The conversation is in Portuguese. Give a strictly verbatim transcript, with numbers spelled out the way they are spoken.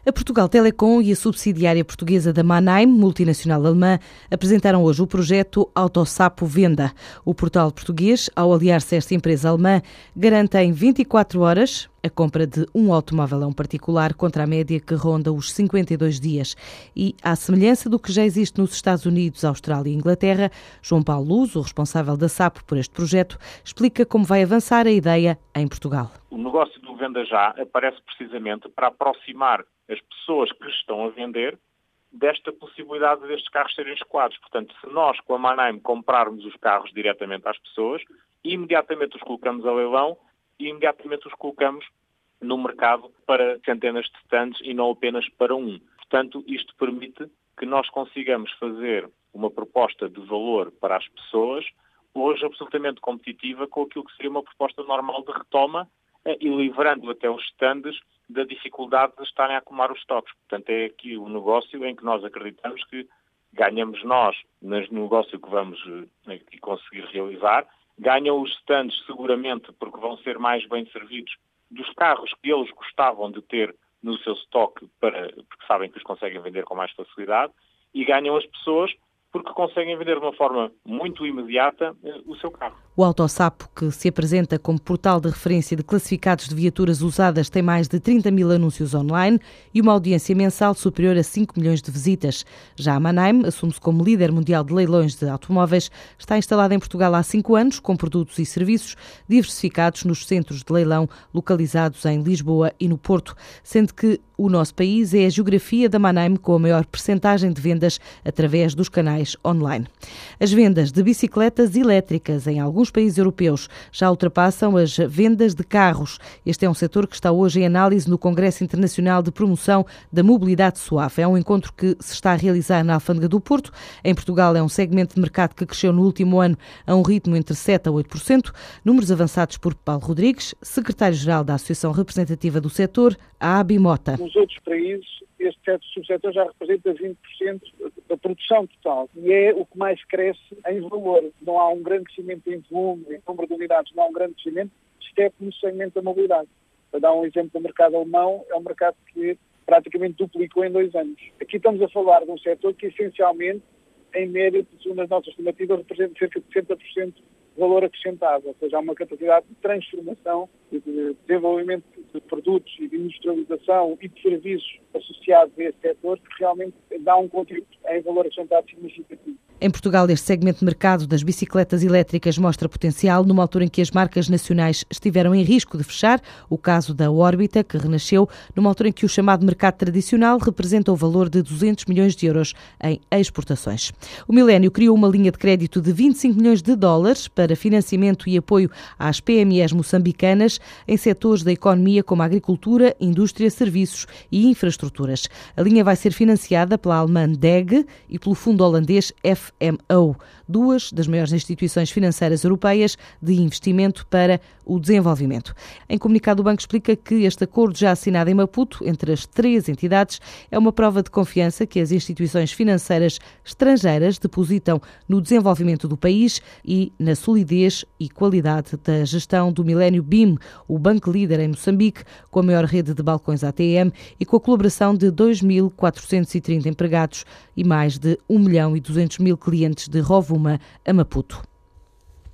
A Portugal Telecom e a subsidiária portuguesa da Mannheim, multinacional alemã, apresentaram hoje o projeto AutoSapo Venda. O portal português, ao aliar-se a esta empresa alemã, garante em vinte e quatro horas a compra de um automóvel a um particular contra a média que ronda os cinquenta e dois dias. E, à semelhança do que já existe nos Estados Unidos, Austrália e Inglaterra, João Paulo Luz, o responsável da Sapo por este projeto, explica como vai avançar a ideia em Portugal. O negócio do Venda Já aparece precisamente para aproximar as pessoas que estão a vender desta possibilidade destes carros serem escoados. Portanto, se nós, com a Mannheim, comprarmos os carros diretamente às pessoas, imediatamente os colocamos a leilão e imediatamente os colocamos no mercado para centenas de stands e não apenas para um. Portanto, isto permite que nós consigamos fazer uma proposta de valor para as pessoas hoje absolutamente competitiva com aquilo que seria uma proposta normal de retoma e livrando até os stands da dificuldade de estarem a acumular os estoques. Portanto, é aqui o negócio em que nós acreditamos que ganhamos nós no negócio que vamos aqui conseguir realizar, ganham os stands seguramente porque vão ser mais bem servidos dos carros que eles gostavam de ter no seu estoque, para, porque sabem que os conseguem vender com mais facilidade, e ganham as pessoas porque conseguem vender de uma forma muito imediata o seu carro. O AutoSapo, que se apresenta como portal de referência de classificados de viaturas usadas, tem mais de trinta mil anúncios online e uma audiência mensal superior a cinco milhões de visitas. Já a Mannheim assume-se como líder mundial de leilões de automóveis, está instalada em Portugal há cinco anos, com produtos e serviços diversificados nos centros de leilão localizados em Lisboa e no Porto, sendo que o nosso país é a geografia da Mannheim com a maior percentagem de vendas através dos canais online. As vendas de bicicletas elétricas em alguns países europeus já ultrapassam as vendas de carros. Este é um setor que está hoje em análise no Congresso Internacional de Promoção da Mobilidade Suave. É um encontro que se está a realizar na Alfândega do Porto. Em Portugal é um segmento de mercado que cresceu no último ano a um ritmo entre sete a oito por cento. Números avançados por Paulo Rodrigues, secretário-geral da Associação Representativa do Setor, a Abimota. Nos outros países, este subsetor já representa vinte por cento da produção total e é o que mais cresce em valor. Não há um grande crescimento em volume, em número de unidades, não há um grande crescimento, exceto no segmento da mobilidade. Para dar um exemplo, do mercado alemão, é um mercado que praticamente duplicou em dois anos. Aqui estamos a falar de um setor que, essencialmente, em média, segundo as nossas estimativas, representa cerca de sessenta por cento de valor acrescentado, ou seja, há uma capacidade de transformação e de desenvolvimento de produtos e de industrialização e de serviços associados a esse setor que realmente dá um contributo em valor acrescentado significativo. Em Portugal, este segmento de mercado das bicicletas elétricas mostra potencial numa altura em que as marcas nacionais estiveram em risco de fechar, o caso da Órbita, que renasceu, numa altura em que o chamado mercado tradicional representa o valor de duzentos milhões de euros em exportações. O Milênio criou uma linha de crédito de vinte e cinco milhões de dólares para financiamento e apoio às P M Es moçambicanas em setores da economia como a agricultura, indústria, serviços e infraestruturas. A linha vai ser financiada pela alemã D E G e pelo fundo holandês F M O, duas das maiores instituições financeiras europeias de investimento para o desenvolvimento. Em comunicado, o banco explica que este acordo já assinado em Maputo entre as três entidades é uma prova de confiança que as instituições financeiras estrangeiras depositam no desenvolvimento do país e na solidez e qualidade da gestão do Milênio B I M, o banco líder em Moçambique, com a maior rede de balcões A T M e com a colaboração de dois mil quatrocentos e trinta empregados e mais de um milhão e duzentos mil clientes de Rovuma a Maputo.